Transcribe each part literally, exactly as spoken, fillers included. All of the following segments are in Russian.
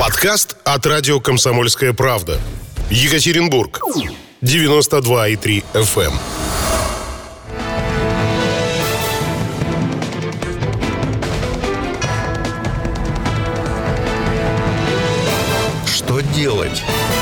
Подкаст от радио «Комсомольская правда». Екатеринбург. девяносто два и три эф эм. Что делать?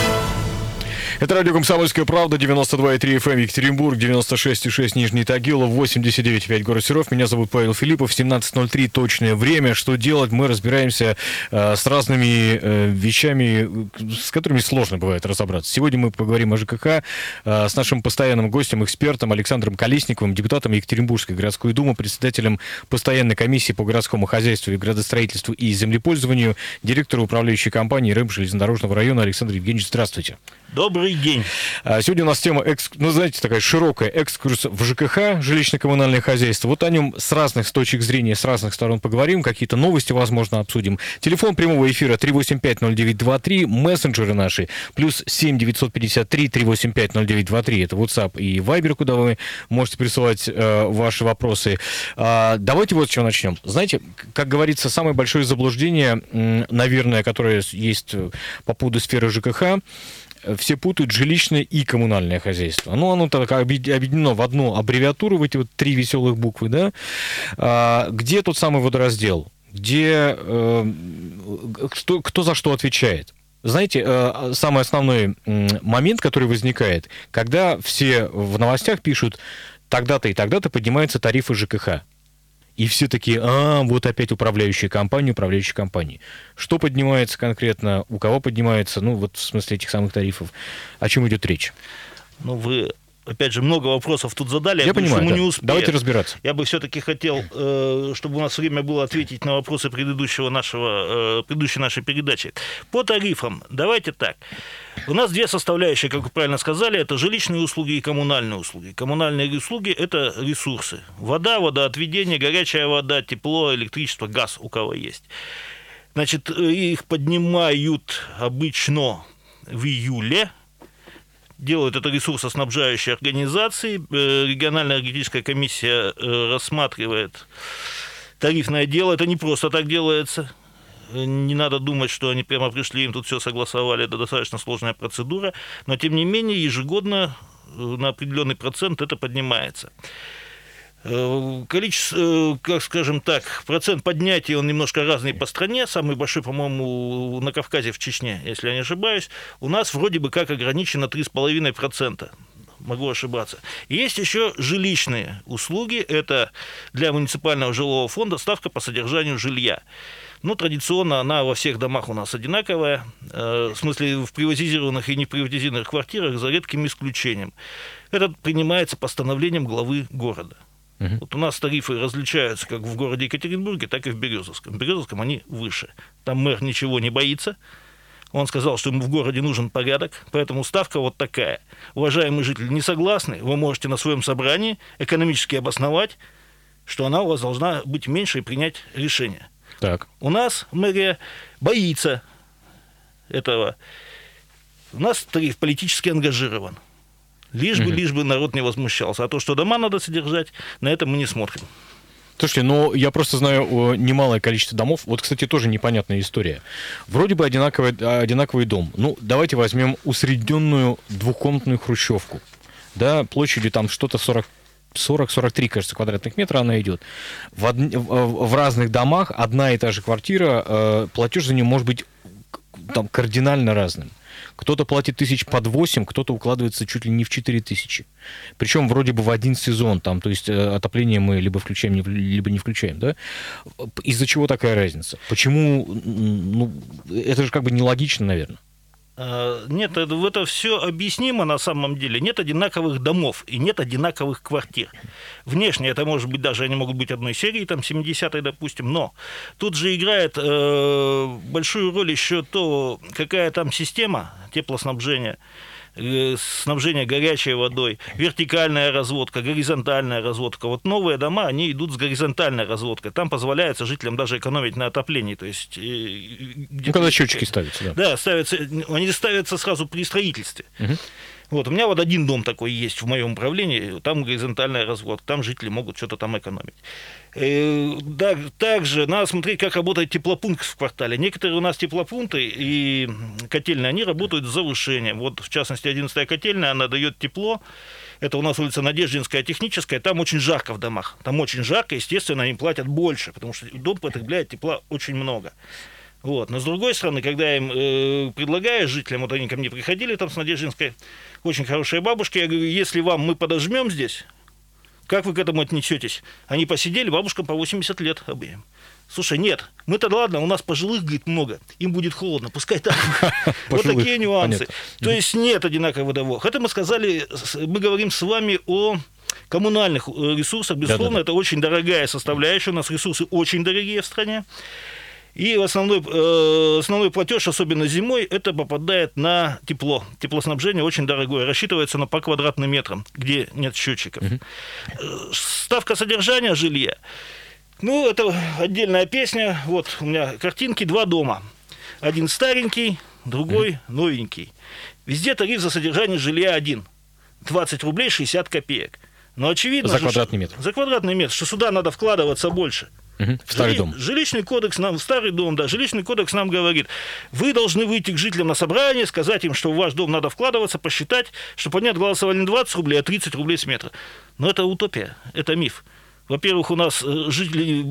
Это радио «Комсомольская правда», девяносто два и три эф эм, Екатеринбург, девяносто шесть и шесть Нижний Тагил, восемьдесят девять и пять город Серов. Меня зовут Павел Филиппов, семнадцать ноль три точное время. Что делать? Мы разбираемся э, с разными э, вещами, с которыми сложно бывает разобраться. Сегодня мы поговорим о ЖКХ э, с нашим постоянным гостем, экспертом Александром Колесниковым, депутатом Екатеринбургской городской думы, председателем постоянной комиссии по городскому хозяйству и градостроительству и землепользованию, директору управляющей компании РЭМ железнодорожного района. Александр Евгеньевич, здравствуйте. Добрый день. Сегодня у нас тема, ну, знаете, такая широкая, экскурс в ЖКХ, жилищно-коммунальное хозяйство. Вот о нем с разных точек зрения, с разных сторон поговорим, какие-то новости, возможно, обсудим. Телефон прямого эфира три восемь пять ноль девять два три, мессенджеры наши, плюс семь девятьсот пятьдесят три три восемь пять ноль девять два три, это WhatsApp и Viber, куда вы можете присылать э, ваши вопросы. А, давайте вот с чего начнем. Знаете, как говорится, самое большое заблуждение, наверное, которое есть по поводу сферы ЖКХ, все путают жилищное и коммунальное хозяйство. Ну, оно так объединено в одну аббревиатуру, в эти вот три веселых буквы, да? А, где тот самый водораздел? Где, э, кто, кто за что отвечает? Знаете, э, самый основной момент, который возникает, когда все в новостях пишут, тогда-то и тогда-то поднимаются тарифы ЖКХ. И все такие, а, вот опять управляющая компания, управляющая компания. Что поднимается конкретно, у кого поднимается, ну, вот в смысле этих самых тарифов, о чем идет речь? Ну, вы, опять же, много вопросов тут задали. Я, я понимаю, мы да. не успеем. Давайте разбираться. Я бы все-таки хотел, чтобы у нас время было ответить на вопросы предыдущего нашего, предыдущей нашей передачи. По тарифам, давайте так. У нас две составляющие, как вы правильно сказали, это жилищные услуги и коммунальные услуги. Коммунальные услуги – это ресурсы. Вода, водоотведение, горячая вода, тепло, электричество, газ, у кого есть. Значит, их поднимают обычно в июле. Делают это ресурсоснабжающие организации. Региональная энергетическая комиссия рассматривает тарифное дело. Это не просто так делается. Не надо думать, что они прямо пришли, им тут все согласовали, это достаточно сложная процедура, но тем не менее ежегодно на определенный процент это поднимается. Количество, как скажем так, процент поднятия, он немножко разный по стране, самый большой, по-моему, на Кавказе, в Чечне, если я не ошибаюсь, у нас вроде бы как ограничено три с половиной процента. Могу ошибаться. Есть еще жилищные услуги, это для муниципального жилого фонда ставка по содержанию жилья. Ну, традиционно она во всех домах у нас одинаковая, э, в смысле в приватизированных и неприватизированных квартирах, за редким исключением. Это принимается постановлением главы города. Uh-huh. Вот у нас тарифы различаются как в городе Екатеринбурге, так и в Березовском. В Березовском они выше. Там мэр ничего не боится. Он сказал, что ему в городе нужен порядок, поэтому ставка вот такая. Уважаемые жители, не согласны, вы можете на своем собрании экономически обосновать, что она у вас должна быть меньше и принять решение. Так. У нас мэрия боится этого. У нас тариф политически ангажирован. Лишь бы, угу. лишь бы народ не возмущался. А то, что дома надо содержать, на это мы не смотрим. Слушайте, ну, я просто знаю немалое количество домов. Вот, кстати, тоже непонятная история. Вроде бы одинаковый, одинаковый дом. Ну, давайте возьмем усредненную двухкомнатную хрущевку. Да, площадью там что-то сорок сорок-сорок три, кажется, квадратных метра она идет. В, од... в разных домах одна и та же квартира, э, платеж за нее может быть там кардинально разным. Кто-то платит тысяч под восемь, кто-то укладывается чуть ли не в четыре тысячи. Причем вроде бы в один сезон, там, то есть отопление мы либо включаем, либо не включаем, да? Из-за чего такая разница? Почему, ну, это же как бы нелогично, наверное. Нет, это все объяснимо на самом деле. Нет одинаковых домов и нет одинаковых квартир. Внешне это может быть даже, они могут быть одной серии, там семидесятой, допустим, но тут же играет э, большую роль еще то, какая там система теплоснабжения, снабжение горячей водой, вертикальная разводка, горизонтальная разводка. Вот новые дома, они идут с горизонтальной разводкой. Там позволяется жителям даже экономить на отоплении. То есть, ну, когда счетчики ставятся, да. Да, ставятся, они ставятся сразу при строительстве. Угу. Вот, у меня вот один дом такой есть в моем управлении, там горизонтальная разводка, там жители могут что-то там экономить. И, да, также надо смотреть, как работает теплопункт в квартале. Некоторые у нас теплопункты и котельные, они работают с завышением. Вот, в частности, одиннадцатая котельная, она дает тепло. Это у нас улица Надеждинская, Техническая. Там очень жарко в домах. Там очень жарко, естественно, они платят больше, потому что дом потребляет тепла очень много. Вот. Но с другой стороны, когда я им э, предлагаю жителям, вот они ко мне приходили там с Надеждинской, очень хорошие бабушки, я говорю, если вам мы подожмем здесь, как вы к этому отнесетесь? Они посидели, бабушкам по восемьдесят лет обеим. Слушай, нет, мы-то ладно, у нас пожилых, говорит, много, им будет холодно, пускай так. Вот такие нюансы. То есть нет одинаковых договоров. Это мы сказали, мы говорим с вами о коммунальных ресурсах. Безусловно, это очень дорогая составляющая, у нас ресурсы очень дорогие в стране. И основной, э, основной платеж, особенно зимой, это попадает на тепло. Теплоснабжение очень дорогое, рассчитывается на по квадратным метрам, где нет счетчиков. Угу. Ставка содержания жилья. Ну, это отдельная песня. Вот у меня картинки, два дома. Один старенький, другой угу. новенький. Везде тариф за содержание жилья один. двадцать рублей шестьдесят копеек. Но очевидно, за квадратный метр. Что, за квадратный метр, что сюда надо вкладываться больше. Угу, в старый Жили, дом. Жилищный кодекс нам, старый дом, да, жилищный кодекс нам говорит, вы должны выйти к жителям на собрание, сказать им, что в ваш дом надо вкладываться, посчитать, чтобы они отголосовали не двадцать рублей, а тридцать рублей с метра. Но это утопия, это миф. Во-первых, у нас жители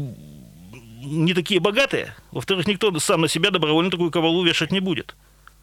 не такие богатые, во-вторых, никто сам на себя добровольно такую кавалу вешать не будет.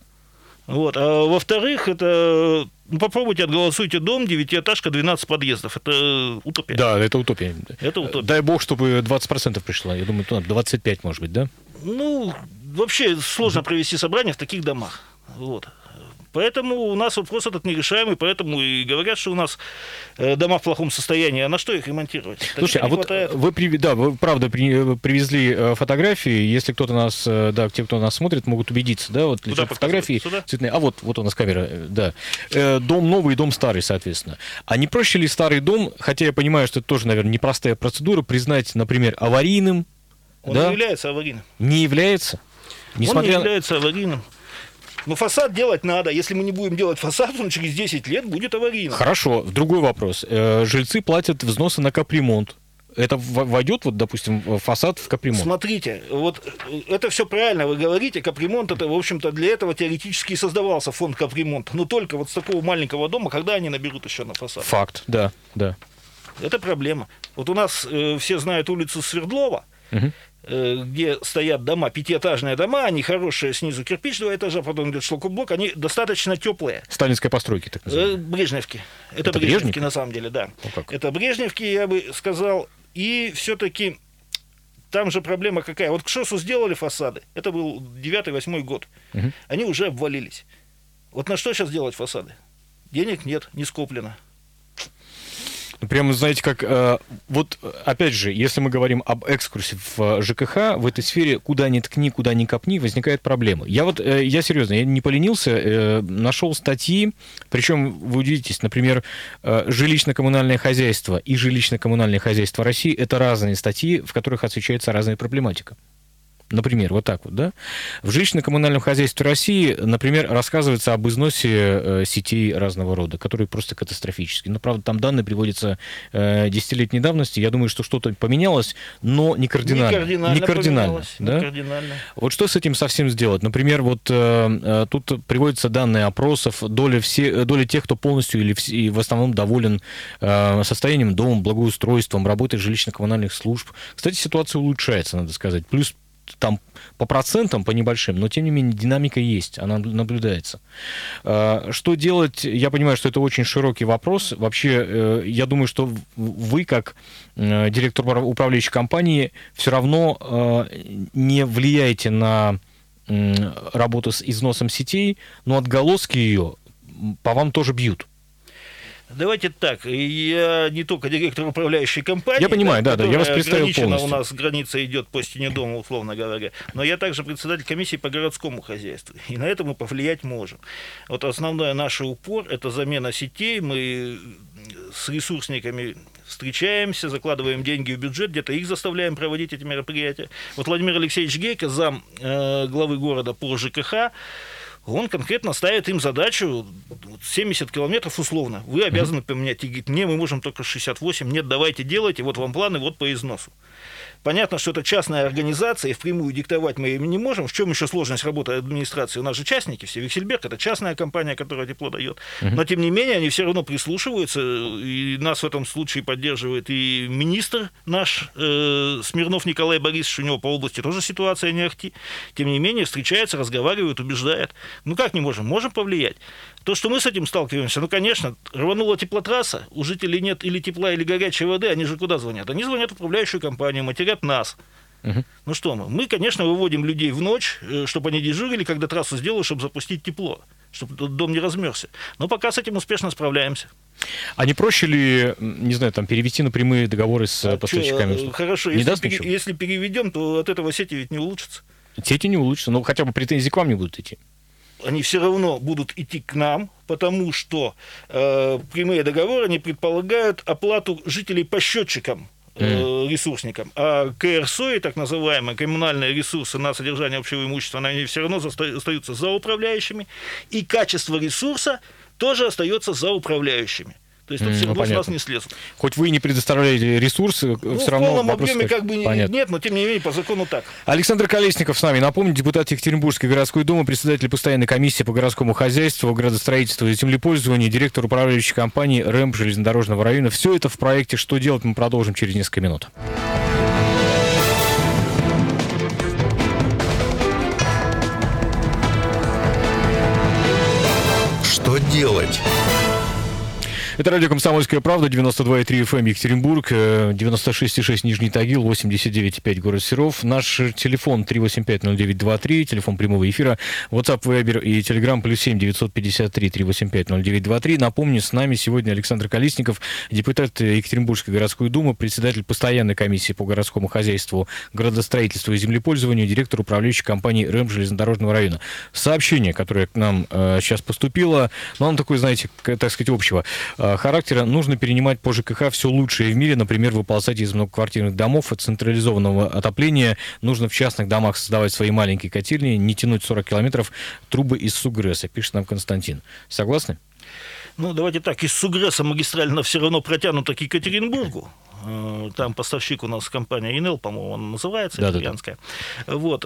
Вот. А во-вторых, это ну, попробуйте отголосуйте дом, девятиэтажка, двенадцать подъездов. Это утопия. Да, это утопия. Это утопия. Дай бог, чтобы двадцать процентов пришло. Я думаю, двадцать пять, может быть, да? Ну, вообще сложно провести собрание в таких домах. Вот. Поэтому у нас вопрос этот нерешаемый, поэтому и говорят, что у нас дома в плохом состоянии. А на что их ремонтировать? Слушайте, а вот вы, да, вы правда привезли фотографии. Если кто-то нас, да, те, кто нас смотрит, могут убедиться, да, вот лежат фотографии цветные. А вот, вот у нас камера, да. Дом новый, дом старый, соответственно. А не проще ли старый дом, хотя я понимаю, что это тоже, наверное, непростая процедура, признать, например, аварийным? Он да? не является аварийным. Не является? Несмотря... Он не является аварийным. Но фасад делать надо. Если мы не будем делать фасад, он через десять лет будет аварийным. Хорошо. Другой вопрос. Жильцы платят взносы на капремонт. Это войдет, вот, допустим, фасад в капремонт? Смотрите, вот это все правильно вы говорите. Капремонт, это, в общем-то, для этого теоретически и создавался фонд капремонта. Но только вот с такого маленького дома, когда они наберут еще на фасад? Факт, да, да. Это проблема. Вот у нас э, все знают улицу Свердлова, угу. где стоят дома, пятиэтажные дома, они хорошие, снизу кирпич, два этажа, потом идет шлакоблок, они достаточно теплые. Сталинской постройки, так называемые. Брежневки. Это, Это Брежневки, Брежневки, на самом деле, да. О, Это Брежневки, я бы сказал. И все-таки там же проблема какая. Вот к ШОСу сделали фасады, это был девятый-восьмой год, угу. Они уже обвалились. Вот на что сейчас делать фасады? Денег нет, не скоплено. Прямо, знаете, как... Э, вот, опять же, если мы говорим об экскурсе в ЖКХ, в этой сфере, куда ни ткни, куда ни копни, возникает проблема. Я вот, э, я серьезно, я не поленился, э, нашел статьи, причем, вы удивитесь, например, э, жилищно-коммунальное хозяйство и жилищно-коммунальное хозяйство России — это разные статьи, в которых освещается разная проблематика. Например, вот так вот, да? В жилищно-коммунальном хозяйстве России, например, рассказывается об износе сетей разного рода, которые просто катастрофические. Но, правда, там данные приводятся десятилетней давности. Я думаю, что что-то поменялось, но не кардинально. Не кардинально, не кардинально, да? не кардинально. Вот что с этим совсем сделать? Например, вот тут приводятся данные опросов, доля, все, доля тех, кто полностью или в основном доволен состоянием дома, благоустройством, работой жилищно-коммунальных служб. Кстати, ситуация улучшается, надо сказать. Плюс там по процентам, по небольшим, но тем не менее динамика есть, она наблюдается. Что делать? Я понимаю, что это очень широкий вопрос. Вообще, я думаю, что вы, как директор управляющей компании, все равно не влияете на работу с износом сетей, но отголоски ее по вам тоже бьют. Давайте так, я не только директор управляющей компании, я понимаю, да, да, я вас представил полностью. У нас граница идет по стене дома, условно говоря, но я также председатель комиссии по городскому хозяйству, и на это мы повлиять можем. Вот основной наш упор – это замена сетей, мы с ресурсниками встречаемся, закладываем деньги в бюджет, где-то их заставляем проводить эти мероприятия. Вот Владимир Алексеевич Гейко, зам э, главы города по ЖКХ, Он конкретно ставит им задачу семьдесят километров условно. Вы обязаны поменять. И говорит, не, мы можем только шестьдесят восемь. Нет, давайте делайте. Вот вам планы, вот по износу. Понятно, что это частная организация, и впрямую диктовать мы им не можем. В чем еще сложность работы администрации? У нас же частники все. Виксельберг – это частная компания, которая тепло дает. Но, тем не менее, они все равно прислушиваются, и нас в этом случае поддерживает и министр наш, э, Смирнов Николай Борисович, у него по области тоже ситуация не ахти. Тем не менее, встречается, разговаривает, убеждает. Ну, как не можем? Можем повлиять. То, что мы с этим сталкиваемся, ну, конечно, рванула теплотрасса, у жителей нет или тепла, или горячей воды, они же куда звонят? Они звонят в управляющую компанию, матерят нас. Угу. Ну что мы? Мы, конечно, выводим людей в ночь, чтобы они дежурили, когда трассу сделают, чтобы запустить тепло, чтобы этот дом не размерзся. Но пока с этим успешно справляемся. А не проще ли, не знаю, там, перевести на прямые договоры с а поставщиками? Что, хорошо, не если, пере, если переведем, то от этого сети ведь не улучшится. Сети не улучшатся, но хотя бы претензии к вам не будут идти. Они все равно будут идти к нам, потому что э, прямые договоры не предполагают оплату жителей по счетчикам, э, mm. ресурсникам. А КРСОИ, так называемые коммунальные ресурсы на содержание общего имущества, они все равно остаются за управляющими, и качество ресурса тоже остается за управляющими. То есть, mm, все равно ну, с нас не слезут. Хоть вы и не предоставляете ресурсы, ну, все равно... В полном объеме как бы понятно. Нет, но тем не менее по закону так. Александр Колесников с нами. Напомню, депутат Екатеринбургской городской думы, председатель постоянной комиссии по городскому хозяйству, градостроительству и землепользованию, директор управляющей компании РЭМ железнодорожного района. Все это в проекте «Что делать?» мы продолжим через несколько минут. Что делать? Это радио «Комсомольская правда», девяносто два и три эф эм Екатеринбург, девяносто шесть и шесть Нижний Тагил, восемьдесят девять и пять город Серов. Наш телефон три восемь пять ноль девять два три, телефон прямого эфира, WhatsApp, Viber и Telegram плюс семь девятьсот пятьдесят три три восемь пять ноль девять два три. Напомню, с нами сегодня Александр Колесников, депутат Екатеринбургской городской думы, председатель постоянной комиссии по городскому хозяйству, градостроительству и землепользованию, директор управляющей компании РЭМ железнодорожного района. Сообщение, которое к нам э, сейчас поступило, ну, оно такое, знаете, так сказать, общего характера. Нужно перенимать по ЖКХ все лучшее в мире, например, выползать из многоквартирных домов от централизованного отопления. Нужно в частных домах создавать свои маленькие котельные, не тянуть сорок километров трубы из Сугресса, пишет нам Константин. Согласны? Ну, давайте так, из Сугресса магистрально все равно протянуто к Екатеринбургу. Там поставщик у нас компания ИНЕЛ, по-моему, она называется, да, итальянская. Да, да. Вот.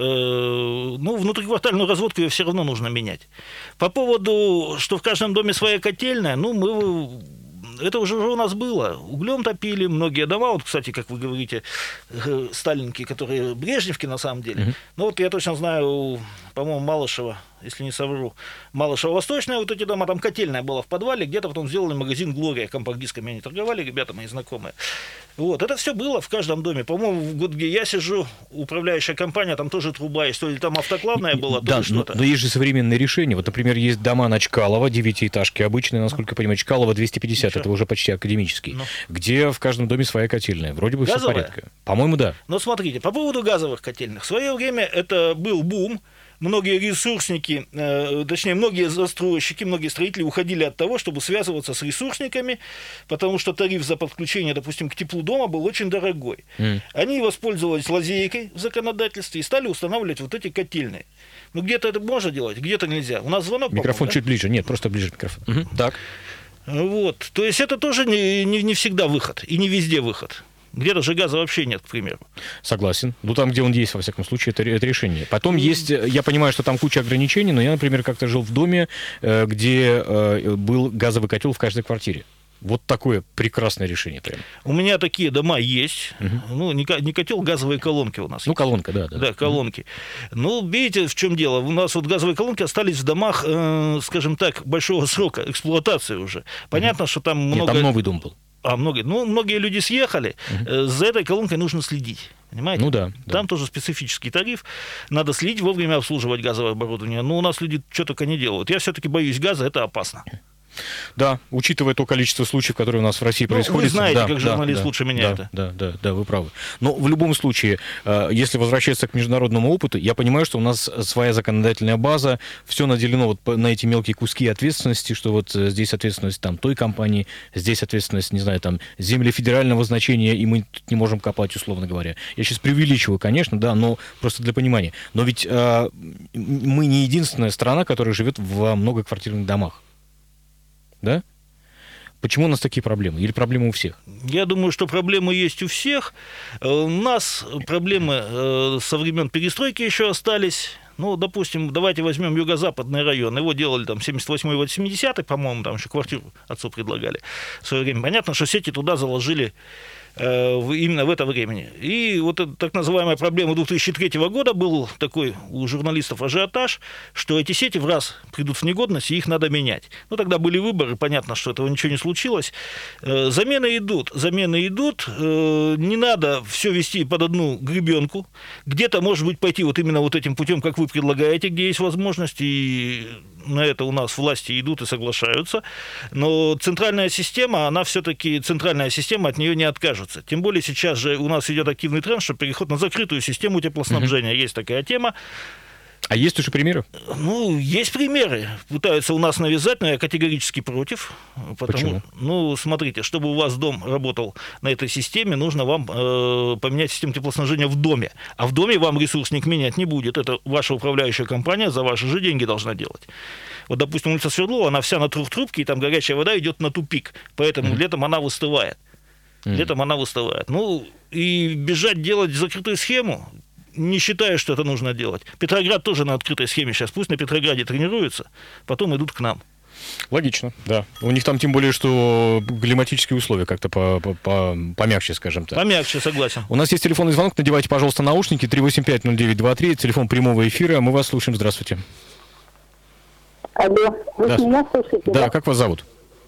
Ну, внутриквартальную разводку ее все равно нужно менять. По поводу, что в каждом доме своя котельная, ну, мы... Это уже у нас было. Углем топили многие дома. Вот, кстати, как вы говорите, сталинки, которые Брежневки на самом деле. Mm-hmm. Ну, вот я точно знаю, по-моему, Малышева, если не совру, Малышево-Восточная, вот эти дома, там котельная была в подвале, где-то потом сделали магазин «Глория», компакт-дисками они торговали, ребята мои знакомые. Вот, это все было в каждом доме. По-моему, в год, где я сижу, управляющая компания, там тоже труба есть, то ли там автоклавная была, то да, ли что-то. Но, но есть же современные решения. Вот, например, есть дома на Чкалова, девятиэтажки обычные, насколько я понимаю, Чкалова двести пятьдесят, Ничего. Это уже почти академический, но. Где в каждом доме своя котельная. Вроде бы Газовая? Все в порядке. По-моему, да. Но смотрите, по поводу газовых котельных. В свое время это был бум. Многие ресурсники, э, точнее, многие застройщики, многие строители уходили от того, чтобы связываться с ресурсниками, потому что тариф за подключение, допустим, к теплу дома был очень дорогой. Mm. Они воспользовались лазейкой в законодательстве и стали устанавливать вот эти котельные. Ну, где-то это можно делать, где-то нельзя. У нас звонок. Микрофон чуть да? ближе. Нет, просто ближе к микрофону. Угу. Так. Вот. То есть это тоже не, не, не всегда выход, и не везде выход. Где-то же газа вообще нет, к примеру. Согласен. Ну, там, где он есть, во всяком случае, это, это решение. Потом есть, я понимаю, что там куча ограничений, но я, например, как-то жил в доме, где был газовый котел в каждой квартире. Вот такое прекрасное решение прям. У меня такие дома есть. Угу. Ну, не, не котел, газовые колонки у нас. Ну, есть. колонка, да. Да, да колонки. Угу. Ну, видите, в чем дело? У нас вот газовые колонки остались в домах, э, скажем так, большого срока эксплуатации уже. Понятно, угу. что там много... Нет, там новый дом был. А многие, ну, многие люди съехали, uh-huh. за этой колонкой нужно следить, понимаете? Ну да. Там да. тоже специфический тариф, надо следить, вовремя обслуживать газовое оборудование. Но у нас люди что только не делают. Я все-таки боюсь газа, это опасно. Да, учитывая то количество случаев, которые у нас в России Ну, происходят. вы знаете, да, как журналист да, лучше меня да, это. Да, да, да, вы правы. Но в любом случае, э, если возвращаться к международному опыту, я понимаю, что у нас своя законодательная база, все наделено вот по- на эти мелкие куски ответственности, что вот э, здесь ответственность там той компании, здесь ответственность, не знаю, там земли федерального значения, и мы тут не можем копать, условно говоря. Я сейчас преувеличиваю, конечно, да, но просто для понимания. Но ведь э, мы не единственная страна, которая живет в многоквартирных домах. Да? Почему у нас такие проблемы? Или проблемы у всех? Я думаю, что проблемы есть у всех. Э, У нас проблемы э, со времен перестройки еще остались. Ну, допустим, давайте возьмем юго-западный район. Его делали там семьдесят восьмой восьмидесятый, по-моему, там еще квартиру отцу предлагали в свое время. Понятно, что сети туда заложили э, в- именно в это время. И вот эта так называемая проблема две тысячи третьего года был такой у журналистов ажиотаж, что эти сети в раз придут в негодность, и их надо менять. Ну, тогда были выборы, понятно, что этого ничего не случилось. Э, Замены идут, замены идут. Э, Не надо все вести под одну гребенку. Где-то, может быть, пойти вот именно вот этим путем, как вы предлагаете, где есть возможность, и на это у нас власти идут и соглашаются. Но центральная система, она все-таки, центральная система, от нее не откажется. Тем более сейчас же у нас идет активный тренд, что переход на закрытую систему теплоснабжения. Mm-hmm. Есть такая тема. А есть уже примеры? Ну, есть примеры. Пытаются у нас навязать, но я категорически против. Потому, Почему? Ну, смотрите, чтобы у вас дом работал на этой системе, нужно вам э, поменять систему теплоснабжения в доме. А в доме вам ресурсник менять не будет. Это ваша управляющая компания за ваши же деньги должна делать. Вот, допустим, улица Свердлова, она вся на трех трубке, и там горячая вода идет на тупик. Поэтому mm. летом она выстывает. Mm. Летом она выстывает. Ну, и бежать делать закрытую схему, не считаю, что это нужно делать. Петроград тоже на открытой схеме сейчас. Пусть на Петрограде тренируются, потом идут к нам. Логично, да. У них там тем более, что климатические условия как-то по- по- по- помягче, скажем так. Помягче, согласен. У нас есть телефонный звонок. Надевайте, пожалуйста, наушники. три восемь пять ноль девять два три. Телефон прямого эфира. Мы вас слушаем. Здравствуйте. Алло, вы Да. меня слышите? Да, как вас зовут?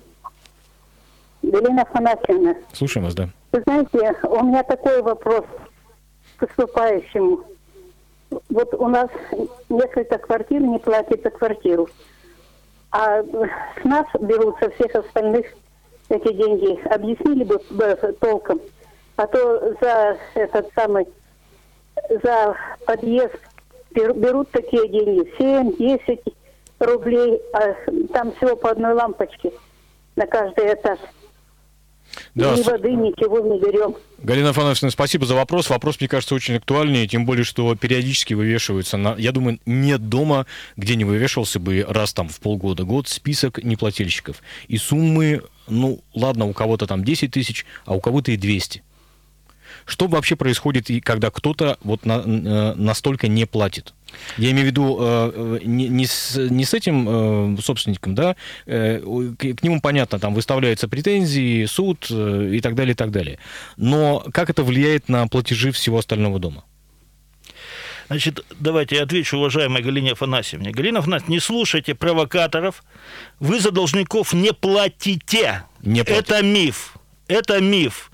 Галина Афанасьевна. Слушаем вас, да. Вы знаете, у меня такой вопрос к поступающему. Вот у нас несколько квартир не платят за квартиру. А с нас берут со всех остальных эти деньги. Объяснили бы э, толком. А то за этот самый, за подъезд бер- берут такие деньги. семь-десять рублей, а там всего по одной лампочке на каждый этаж. Да, Ни с- воды, ничего не берем. Галина Афанасьевна, спасибо за вопрос. Вопрос, мне кажется, очень актуальный, тем более, что периодически вывешивается, на, я думаю, нет дома, где не вывешивался бы раз там в полгода-год список неплательщиков. И суммы, ну, ладно, у кого-то там десять тысяч, а у кого-то и двести. Что вообще происходит, и когда кто-то вот на, э, настолько не платит? Я имею в виду э, не, не, с, не с этим э, собственником, да, э, к, к нему, понятно, там выставляются претензии, суд э, и так далее, и так далее. Но как это влияет на платежи всего остального дома? Значит, давайте я отвечу уважаемой Галине Афанасьевне. Галина Афанасьевна, не слушайте провокаторов. Вы за должников не платите. Не платят. Это миф. Это миф.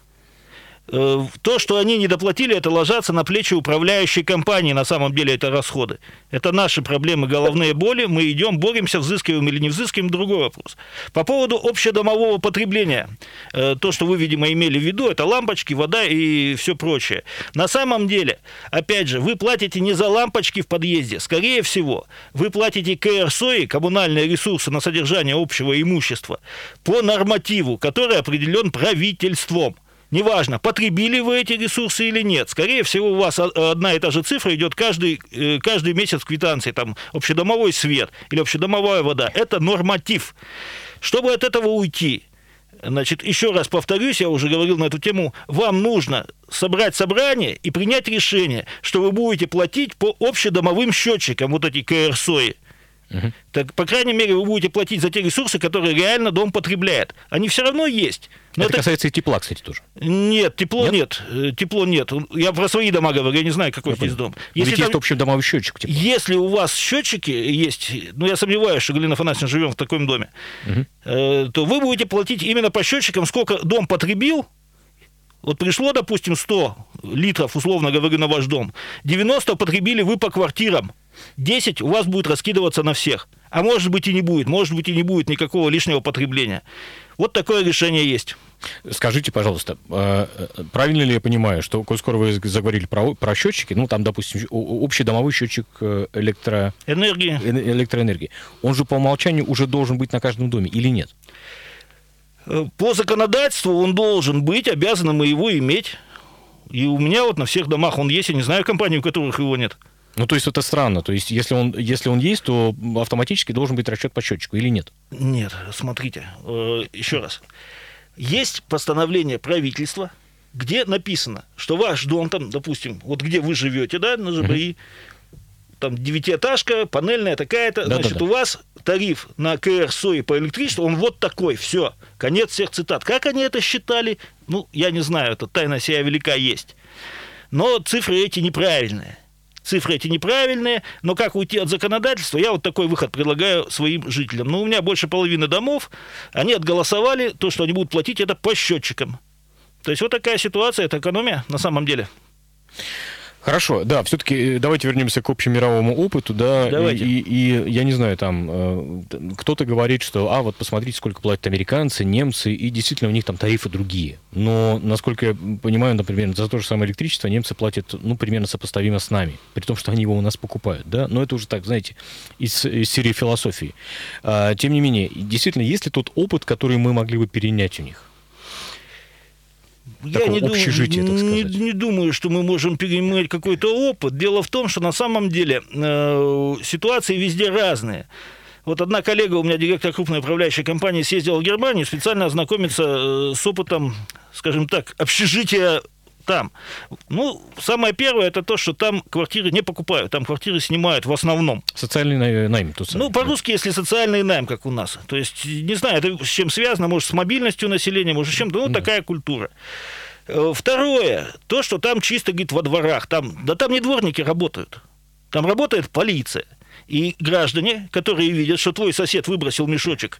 Э, То, что они не доплатили, это ложатся на плечи управляющей компании, на самом деле это расходы. Это наши проблемы, головные боли, мы идем, боремся, взыскиваем или не взыскиваем, другой вопрос. По поводу общедомового потребления, э, то, что вы, видимо, имели в виду, это лампочки, вода и все прочее. На самом деле, опять же, вы платите не за лампочки в подъезде, скорее всего, вы платите КРСОИ, коммунальные ресурсы на содержание общего имущества, по нормативу, который определен правительством. Неважно, потребили вы эти ресурсы или нет. Скорее всего, у вас одна и та же цифра идет каждый, каждый месяц в квитанции. Там общедомовой свет или общедомовая вода. Это норматив. Чтобы от этого уйти, значит, еще раз повторюсь, я уже говорил на эту тему, вам нужно собрать собрание и принять решение, что вы будете платить по общедомовым счетчикам, вот эти КРСОИ. Угу. Так, по крайней мере, вы будете платить за те ресурсы, которые реально дом потребляет. Они все равно есть. Но это, это касается и тепла, кстати, тоже. Нет, тепло нет. нет. Тепло нет. Я про свои дома говорю, я не знаю, какой здесь дом. Если Ведь там... есть общедомовой счетчик. Типа. Если у вас счетчики есть, ну, я сомневаюсь, что Галина Афанасьевна живем в таком доме, угу. э, то вы будете платить именно по счетчикам, сколько дом потребил. Вот пришло, допустим, сто литров, условно говоря, на ваш дом. девяносто потребили вы по квартирам. десять у вас будет раскидываться на всех. А может быть и не будет, может быть и не будет никакого лишнего потребления. Вот такое решение есть. Скажите, пожалуйста, правильно ли я понимаю, что, коль скоро вы заговорили про, про счетчики, ну, там, допустим, общедомовой счетчик электро... Энергии. электроэнергии, он же по умолчанию уже должен быть на каждом доме или нет? По законодательству он должен быть, обязаны мы его иметь. И у меня вот на всех домах он есть, я не знаю компаний, у которых его нет. Ну, то есть это странно. То есть если он, если он есть, то автоматически должен быть расчет по счетчику или нет? Нет, смотрите, еще раз. Есть постановление правительства, где написано, что ваш дом, там, допустим, вот где вы живете, да, на ЖБИ, там девятиэтажка, панельная такая-то, да, значит, да, да. у вас тариф на КР СОИ по электричеству, он вот такой, все, конец всех цитат. Как они это считали? Ну, я не знаю, это тайна сия велика есть. Но цифры эти неправильные. Цифры эти неправильные, но как уйти от законодательства, я вот такой выход предлагаю своим жителям. Ну, у меня больше половины домов, они отголосовали, то, что они будут платить, это по счетчикам. То есть вот такая ситуация, это экономия на самом деле. Хорошо, да, все-таки давайте вернемся к общемировому опыту, да, Давайте. И, и, и я не знаю, там кто-то говорит, что, а, вот посмотрите, сколько платят американцы, немцы, и действительно у них там тарифы другие. Но, насколько я понимаю, например, за то же самое электричество немцы платят, ну, примерно сопоставимо с нами, при том, что они его у нас покупают, да, но это уже так, знаете, из, из серии философии. А, тем не менее, действительно, есть ли тот опыт, который мы могли бы перенять у них? Я не, дум... не, не думаю, что мы можем перенимать какой-то опыт. Дело в том, что на самом деле э, ситуации везде разные. Вот одна коллега, у меня директор крупной управляющей компании, съездила в Германию специально ознакомиться э, с опытом, скажем так, общежития там. Ну, самое первое, это то, что там квартиры не покупают, там квартиры снимают в основном. Социальный найм. Тут ну, по-русски, если социальный найм, как у нас. То есть, не знаю, это с чем связано, может, с мобильностью населения, может, с чем-то, ну, да. Такая культура. Второе, то, что там чисто, говорит, во дворах, там, да там не дворники работают, там работает полиция. И граждане, которые видят, что твой сосед выбросил мешочек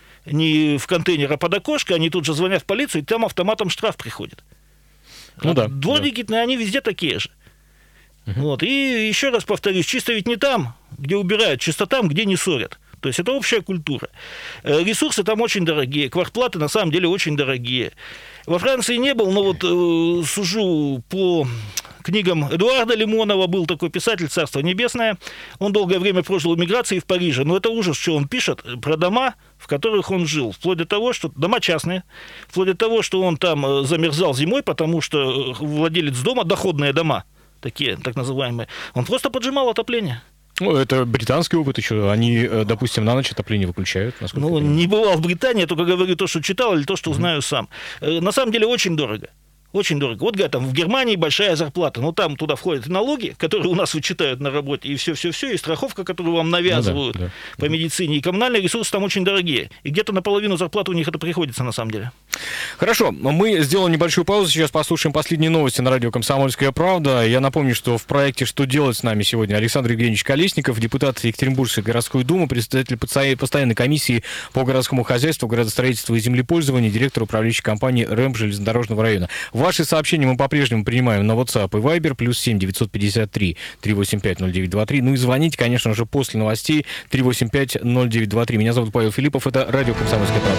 не в контейнер, а под окошко, они тут же звонят в полицию, и там автоматом штраф приходит. Ну, а да, дворники, да. Они везде такие же. Угу. Вот. И еще раз повторюсь, чисто ведь не там, где убирают, чисто там, где не ссорят. То есть это общая культура. Ресурсы там очень дорогие, квартплаты на самом деле очень дорогие. Во Франции не был, но вот э, сужу по книгам Эдуарда Лимонова, был такой писатель «Царство небесное». Он долгое время прожил в эмиграции в Париже. Но это ужас, что он пишет про дома, в которых он жил. Вплоть до того, что дома частные, вплоть до того, что он там замерзал зимой, потому что владелец дома, доходные дома, такие так называемые, он просто поджимал отопление. Ну, это британский опыт еще. Они, допустим, на ночь отопление выключают. Ну, не бывал в Британии, я только говорю то, что читал, или то, что знаю сам. На самом деле очень дорого. Очень дорого. Вот, говорят, там в Германии большая зарплата, но там туда входят налоги, которые у нас вычитают на работе, и все-все-все, и страховка, которую вам навязывают, ну, да, да. по медицине, и коммунальные ресурсы там очень дорогие. И где-то наполовину зарплаты у них это приходится, на самом деле. Хорошо, мы сделаем небольшую паузу, сейчас послушаем последние новости на радио «Комсомольская правда». Я напомню, что в проекте «Что делать» с нами сегодня Александр Евгеньевич Колесников, депутат Екатеринбургской городской думы, председатель постоянной комиссии по городскому хозяйству, градостроительству и землепользованию, директор управляющей компании РЭМ железнодорожного района. Ваши сообщения мы по-прежнему принимаем на WhatsApp и Viber, плюс семь девятьсот пятьдесят три триста восемьдесят пять ноль девять двадцать три. Ну и звоните, конечно же, после новостей триста восемьдесят пять ноль девять двадцать три. Меня зовут Павел Филиппов, это радио «Комсомольская правда».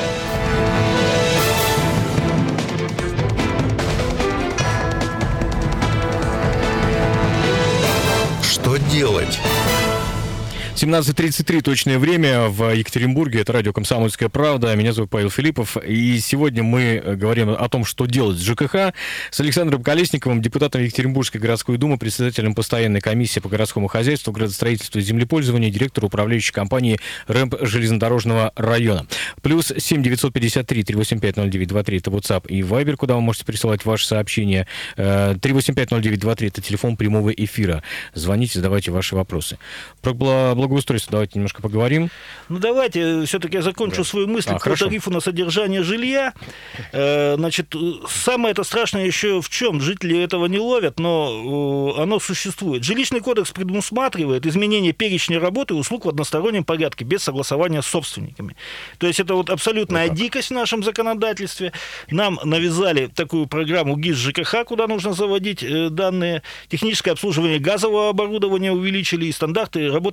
Что делать? семнадцать тридцать три точное время в Екатеринбурге. Это радио «Комсомольская правда». Меня зовут Павел Филиппов. И сегодня мы говорим о том, что делать с ЖКХ, с Александром Колесниковым, депутатом Екатеринбургской городской думы, председателем постоянной комиссии по городскому хозяйству, градостроительству и землепользованию, директору управляющей компании РЭМ железнодорожного района. Плюс семь девятьсот пятьдесят три триста восемьдесят пять ноль девять двадцать три. Это WhatsApp и Viber, куда вы можете присылать ваши сообщения. триста восемьдесят пять ноль девять двадцать три. Это телефон прямого эфира. Звоните, задавайте ваши вопросы. Про благоустройство давайте немножко поговорим. Ну, давайте, все-таки я закончу да. свою мысль а, по хорошо. тарифу на содержание жилья. Э, значит, самое это страшное еще в чем? Жители этого не ловят, но э, оно существует. Жилищный кодекс предусматривает изменение перечня работы и услуг в одностороннем порядке, без согласования с собственниками. То есть это вот абсолютная вот дикость в нашем законодательстве. Нам навязали такую программу ГИС ЖКХ, куда нужно заводить э, данные. Техническое обслуживание газового оборудования увеличили, и стандарты работы аварийных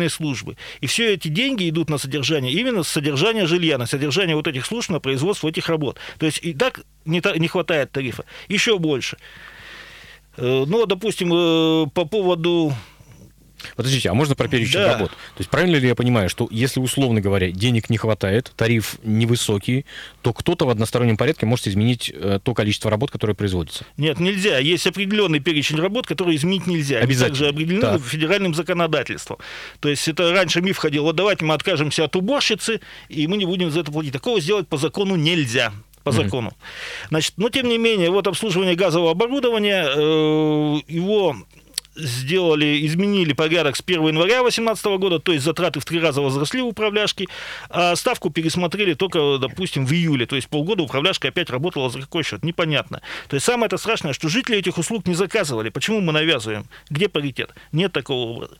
строительной службы. И все эти деньги идут на содержание, именно с содержания жилья, на содержание вот этих служб, на производство этих работ. То есть и так не, не хватает тарифа. Еще больше. Ну, допустим, по поводу... Подождите, а можно про перечень да. работ? То есть правильно ли я понимаю, что если, условно говоря, денег не хватает, тариф невысокий, то кто-то в одностороннем порядке может изменить э, то количество работ, которое производится? Нет, нельзя. Есть определенный перечень работ, которые изменить нельзя. Они Обязательно. также определены Так. федеральным законодательством. То есть это раньше миф ходил, вот давайте мы откажемся от уборщицы, и мы не будем за это платить. Такого сделать по закону нельзя. По закону. Mm-hmm. Значит, но тем не менее, вот обслуживание газового оборудования, э, его... сделали, изменили порядок с первого января две тысячи восемнадцатого года, то есть затраты в три раза возросли у управляшки, а ставку пересмотрели только, допустим, в июле, то есть полгода управляшка опять работала за какой счет, непонятно. То есть самое это страшное, что жители этих услуг не заказывали. Почему мы навязываем? Где паритет? Нет такого образа.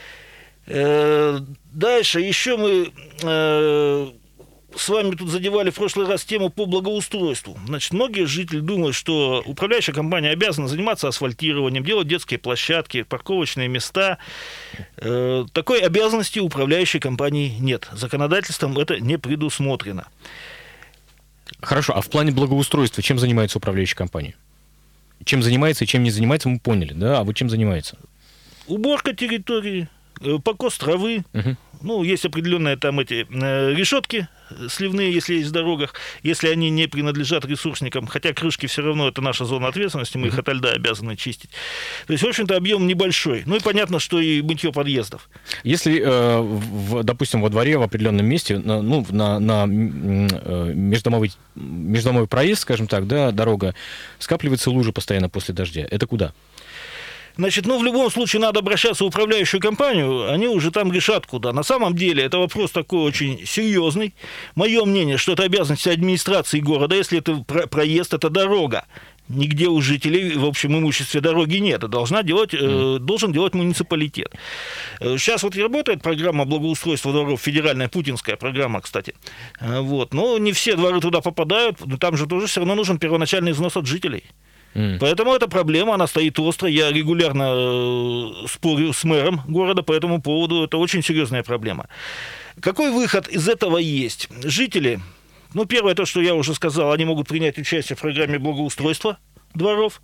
Дальше еще мы... с вами тут задевали в прошлый раз тему по благоустройству. Значит, многие жители думают, что управляющая компания обязана заниматься асфальтированием, делать детские площадки, парковочные места. Э, такой обязанности у управляющей компании нет. Законодательством это не предусмотрено. Хорошо, а в плане благоустройства чем занимается управляющая компания? Чем занимается и чем не занимается, мы поняли, да? А вот чем занимается? Уборка территории, покос травы. Угу. Ну, есть определенные там эти э, решетки сливные, если есть в дорогах, если они не принадлежат ресурсникам, хотя крышки все равно это наша зона ответственности, мы их ото льда обязаны чистить. То есть, в общем-то, объем небольшой. Ну и понятно, что и мытье подъездов. Если, э, в, допустим, во дворе в определенном месте, на, ну, на, на междомовый, междомовый проезд, скажем так, да, дорога, скапливается лужа постоянно после дождя, это куда? Значит, ну, в любом случае надо обращаться в управляющую компанию, они уже там решат куда. На самом деле это вопрос такой очень серьезный. Мое мнение, что это обязанность администрации города, если это проезд, это дорога. Нигде у жителей в общем имуществе дороги нет. Это должна делать, э, должен делать муниципалитет. Сейчас вот работает программа благоустройства дворов, федеральная путинская программа, кстати. Вот. Но не все дворы туда попадают, но там же тоже все равно нужен первоначальный взнос от жителей. Mm. Поэтому эта проблема, она стоит остро. Я регулярно спорю с мэром города по этому поводу. Это очень серьезная проблема. Какой выход из этого есть? Жители, ну, первое, то, что я уже сказал, они могут принять участие в программе благоустройства дворов.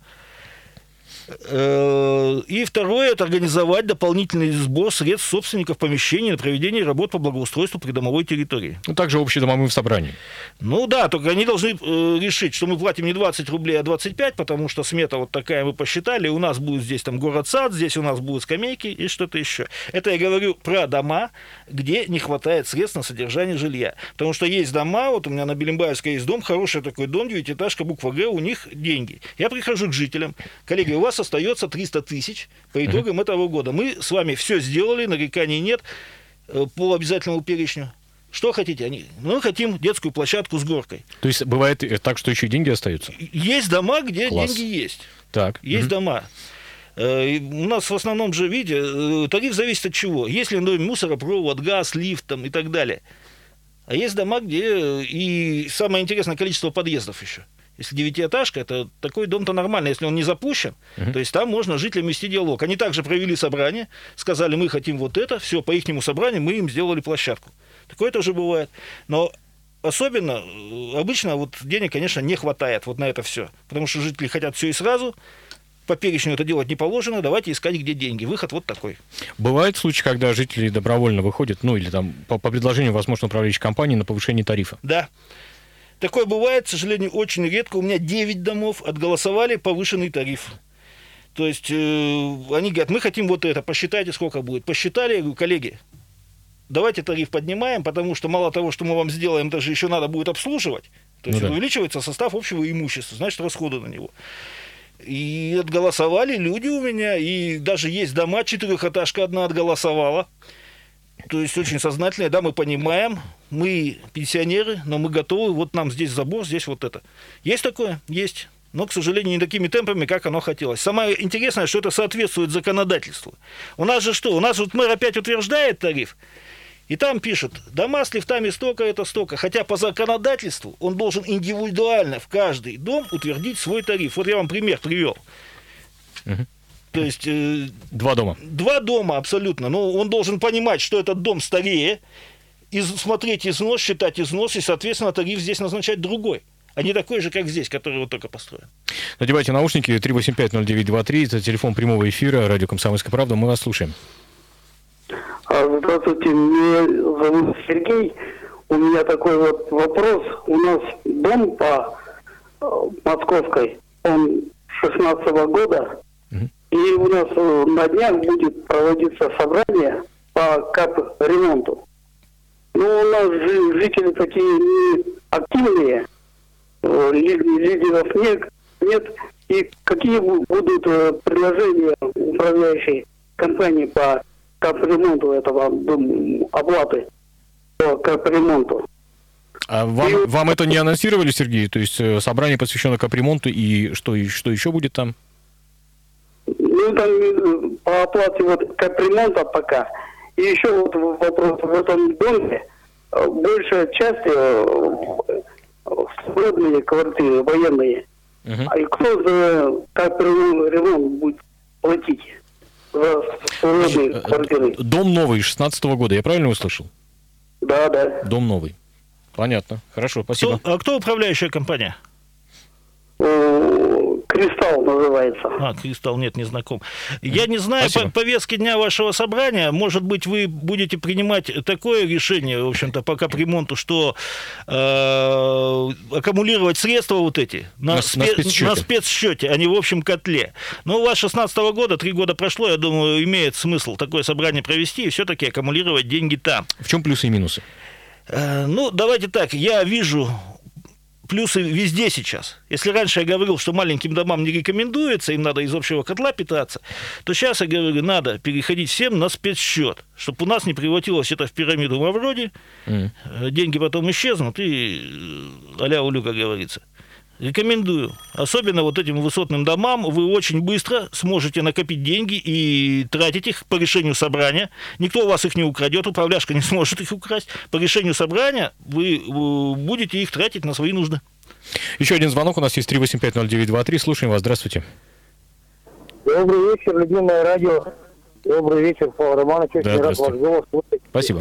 И второе, это организовать дополнительный сбор средств собственников помещений на проведение работ по благоустройству придомовой территории. Ну, также общедомовым собранием. Ну да, только они должны э, решить, что мы платим не двадцать рублей, а двадцать пять, потому что смета вот такая мы посчитали, у нас будет здесь там город-сад, здесь у нас будут скамейки и что-то еще. Это я говорю про дома, где не хватает средств на содержание жилья. Потому что есть дома, вот у меня на Белимбаевской есть дом, хороший такой дом, девятиэтажка, буква Г, у них деньги. Я прихожу к жителям, коллеги, у вас остается триста тысяч по итогам uh-huh. этого года. Мы с вами все сделали, нареканий нет по обязательному перечню. Что хотите? Они, мы хотим детскую площадку с горкой. То есть бывает так, что еще и деньги остаются? Есть дома, где Класс. деньги есть. Так. Есть uh-huh. дома. У нас в основном же, видите, тариф зависит от чего. Если ну, мусоропровод, газ, лифт там, и так далее. А есть дома, где и самое интересное количество подъездов еще. Если девятиэтажка, это такой дом-то нормально, если он не запущен, uh-huh. то есть там можно жителям вести диалог. Они также провели собрание, сказали, мы хотим вот это, все, по ихнему собранию мы им сделали площадку. Такое тоже бывает. Но особенно, обычно вот денег, конечно, не хватает вот на это все, потому что жители хотят все и сразу, по перечню это делать не положено, давайте искать, где деньги. Выход вот такой. Бывают случаи, когда жители добровольно выходят, ну или там по, по предложению, возможно, управляющей компании на повышение тарифа? Да. Такое бывает, к сожалению, очень редко. У меня девять домов отголосовали повышенный тариф. То есть э, они говорят, мы хотим вот это, посчитайте, сколько будет. Посчитали, я говорю, коллеги, давайте тариф поднимаем, потому что мало того, что мы вам сделаем, даже еще надо будет обслуживать. То есть ну, да. увеличивается состав общего имущества, значит, расходы на него. И отголосовали люди у меня, и даже есть дома, четырехэтажка одна отголосовала. То есть очень сознательные, да, мы понимаем, мы пенсионеры, но мы готовы, вот нам здесь забор, здесь вот это. Есть такое? Есть. Но, к сожалению, не такими темпами, как оно хотелось. Самое интересное, что это соответствует законодательству. У нас же что? У нас вот мэр опять утверждает тариф, и там пишет, дома с лифтами столько, это столько. Хотя по законодательству он должен индивидуально в каждый дом утвердить свой тариф. Вот я вам пример привел. Uh-huh. То есть... Э, два дома. Два дома, абсолютно. Но он должен понимать, что этот дом старее, и смотреть износ, считать износ, и, соответственно, тариф здесь назначать другой, а не такой же, как здесь, который вот только построен. Надевайте наушники, три восемь пять ноль девять два три, это телефон прямого эфира, радио «Комсомольская правда», мы вас слушаем. Здравствуйте, меня зовут Сергей. У меня такой вот вопрос. У нас дом по Московской, он шестнадцатого года, угу. И у нас на днях будет проводиться собрание по капремонту. Ну, у нас жители такие не активные, лидеров нет, нет. И какие будут предложения управляющей компании по капремонту этого оплаты по капремонту? А вам, и... вам это не анонсировали, Сергей? То есть собрание посвящено капремонту, и что, и что еще будет там? Ну, там по оплате вот капремонта пока. И еще вот вопрос в этом доме. Большая часть свободные квартиры, военные. Uh-huh. А и кто за капремонт будет платить за свободные квартиры? Дом новый, шестнадцатого года, я правильно услышал? Да, да. Дом новый. Понятно. Хорошо, спасибо. Кто, а кто управляющая компания? «Кристалл» называется. А, «Кристалл», нет, не знаком. Я не знаю по повестке дня вашего собрания. Может быть, вы будете принимать такое решение, в общем-то, по капремонту, что э, аккумулировать средства вот эти на, на, спе- на, спецсчете. на спецсчете, а не в общем котле. Но у вас шестнадцатого года, три года прошло, я думаю, имеет смысл такое собрание провести и все-таки аккумулировать деньги там. В чем плюсы и минусы? Э, ну, давайте так, я вижу... Плюсы везде сейчас. Если раньше я говорил, что маленьким домам не рекомендуется, им надо из общего котла питаться, то сейчас я говорю, надо переходить всем на спецсчет, чтобы у нас не превратилось это в пирамиду во вроде, mm. деньги потом исчезнут, и а-ля улю, как говорится. Рекомендую. Особенно вот этим высотным домам вы очень быстро сможете накопить деньги и тратить их по решению собрания. Никто у вас их не украдет, управляшка не сможет их украсть. По решению собрания вы будете их тратить на свои нужды. Еще один звонок у нас есть, три восемь пять ноль девять два три. Слушаем вас. Здравствуйте. Добрый вечер, любимое радио. Добрый вечер, Павел Романович. Очень рад ваш голос слушать. Спасибо.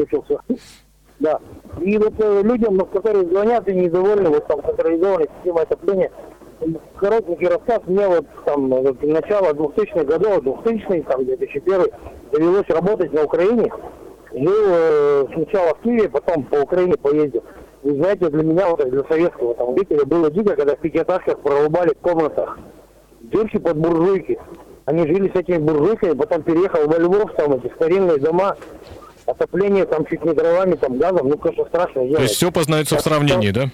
Да. И вот э, людям, которые звонят и недовольны, вот там централизованной системой отопления, коротенький рассказ. Мне вот там вот, начало двухтысячных годов, двухтысячный, там, две тысячи первый, довелось работать на Украине. Жил э, сначала в Киеве, потом по Украине поездил. Вы знаете, для меня, вот для советского там жителя, было дико, когда в пятиэтажках прорубали в комнатах дырки под буржуйки. Они жили с этими буржуйками, потом переехал во Львов, там эти старинные дома, отопление там чуть не дровами, там газом, ну, конечно, страшно делать. То есть все познается в сравнении, да?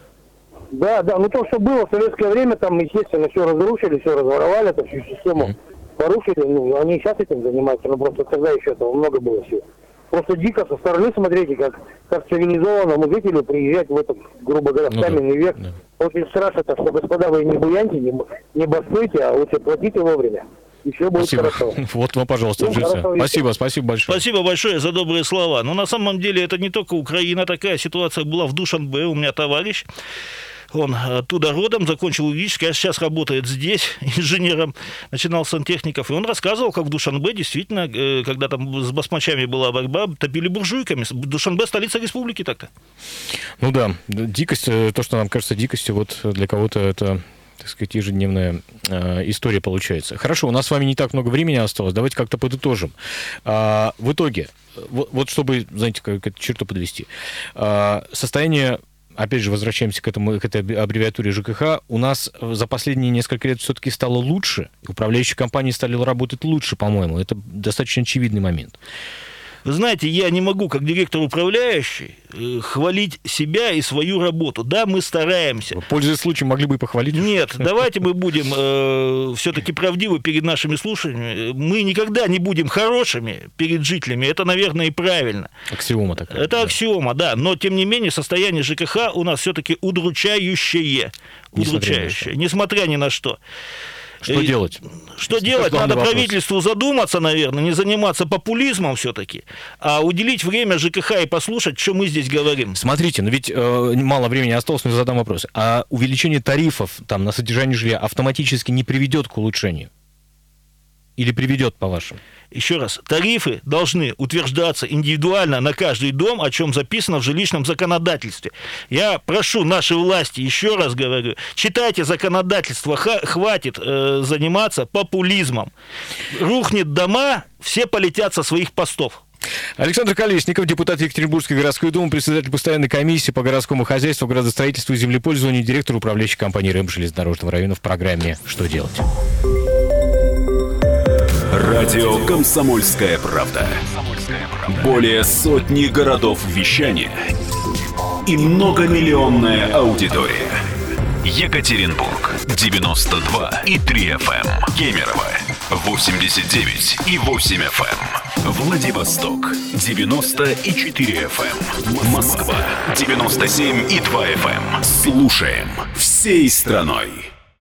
Да, да, ну то, что было в советское время, там, естественно, все разрушили, все разворовали, эту всю систему mm. порушили, ну, они сейчас этим занимаются, но просто тогда еще этого много было всего. Просто дико со стороны смотрите, как, как цивилизованному жителю приезжать в этот, грубо говоря, ну, каменный да. век. Да. Очень страшно, так что, господа, вы не буяньте, не, не бастуйте, а лучше платите вовремя. И все будет спасибо. Хорошо. Вот вам, пожалуйста, ну, жильцы. Спасибо, спасибо большое. Спасибо большое за добрые слова. Но на самом деле это не только Украина, такая ситуация была в Душанбе. У меня товарищ, он оттуда родом, закончил юридическое, а сейчас работает здесь инженером, начинал с сантехников. И он рассказывал, как в Душанбе действительно, когда там с басмачами была борьба, топили буржуйками. Душанбе — столица республики так-то. Ну да, дикость, то, что нам кажется дикостью, вот для кого-то это... так сказать, ежедневная э, история получается. Хорошо, у нас с вами не так много времени осталось, давайте как-то подытожим. А, в итоге, вот, вот чтобы, знаете, как эту черту подвести, а, состояние, опять же, возвращаемся к этому, к этой аббревиатуре ЖКХ, у нас за последние несколько лет все-таки стало лучше, управляющие компании стали работать лучше, по-моему, это достаточно очевидный момент. Вы знаете, я не могу, как директор управляющий, хвалить себя и свою работу. Да, мы стараемся. Пользуясь случаем, могли бы и похвалить. Нет, давайте мы будем э, все-таки правдивы перед нашими слушателями. Мы никогда не будем хорошими перед жителями. Это, наверное, и правильно. Аксиома такая. Это да. аксиома, да. Но, тем не менее, состояние ЖКХ у нас все-таки удручающее. Удручающее. Несмотря ни на что. Что и, делать? Что Если делать? Надо вопрос. Правительству задуматься, наверное, не заниматься популизмом все-таки, а уделить время ЖКХ и послушать, что мы здесь говорим. Смотрите, ну ведь э, мало времени осталось, но задам вопрос. А увеличение тарифов там, на содержание жилья автоматически не приведет к улучшению? или приведет, по-вашему? Еще раз, тарифы должны утверждаться индивидуально на каждый дом, о чем записано в жилищном законодательстве. Я прошу наши власти, еще раз говорю, читайте законодательство, хватит э, заниматься популизмом. Рухнет дома, все полетят со своих постов. Александр Колесников, депутат Екатеринбургской городской думы, председатель постоянной комиссии по городскому хозяйству, градостроительству и землепользованию, директор управляющей компании РЭМ железнодорожного района в программе «Что делать?». Радио «Комсомольская правда». Более сотни городов вещания и многомиллионная аудитория. Екатеринбург девяносто два и три эф эм, Кемерово восемьдесят девять и восемь эф эм, Владивосток девяносто и четыре эф эм, Москва девяносто семь и два эф эм. Слушаем всей страной.